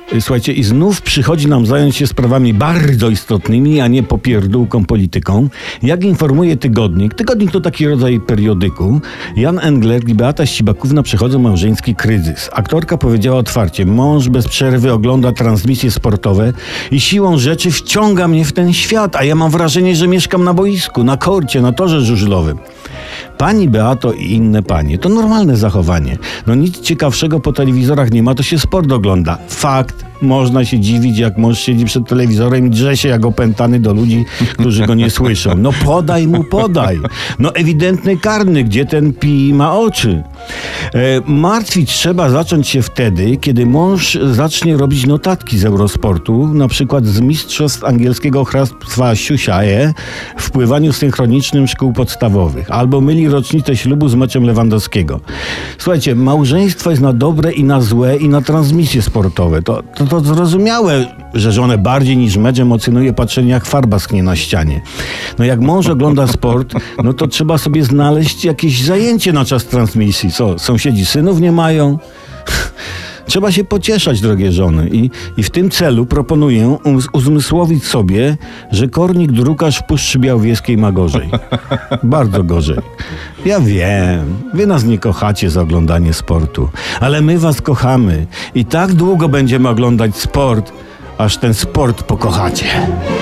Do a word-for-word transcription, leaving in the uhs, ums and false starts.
Słuchajcie, i znów przychodzi nam zająć się sprawami bardzo istotnymi, a nie popierdółką polityką. Jak informuje Tygodnik, Tygodnik to taki rodzaj periodyku, Jan Engler i Beata Ścibakówna przechodzą małżeński kryzys. Aktorka powiedziała otwarcie: mąż bez przerwy ogląda transmisje sportowe i siłą rzeczy wciąga mnie w ten świat, a ja mam wrażenie, że mieszkam na boisku, na korcie, na torze żużlowym. Pani Beato i inne panie, to normalne zachowanie. No nic ciekawszego po telewizorach nie ma, to się sport ogląda. Fakt, można się dziwić, jak mąż siedzi przed telewizorem i drze się jak opętany do ludzi, którzy go nie słyszą. No podaj mu, podaj. No ewidentny karny, gdzie ten pij ma oczy. E, martwić trzeba zacząć się wtedy, kiedy mąż zacznie robić notatki z Eurosportu, na przykład z mistrzostw angielskiego hrabstwa Siusiaje w pływaniu synchronicznym szkół podstawowych, albo myli rocznicę ślubu z meczem Lewandowskiego. Słuchajcie, małżeństwo jest na dobre i na złe i na transmisje sportowe. To, to, to zrozumiałe, że żonę bardziej niż mecz emocjonuje patrzenie, jak farba schnie na ścianie. No jak mąż ogląda sport, no to trzeba sobie znaleźć jakieś zajęcie na czas transmisji. Co, sąsiedzi synów nie mają? Trzeba się pocieszać, drogie żony. I, I w tym celu proponuję uz- uzmysłowić sobie, że kornik drukarz w Puszczy Białowieskiej ma gorzej. Bardzo gorzej. Ja wiem, wy nas nie kochacie za oglądanie sportu, ale my was kochamy i tak długo będziemy oglądać sport, aż ten sport pokochacie.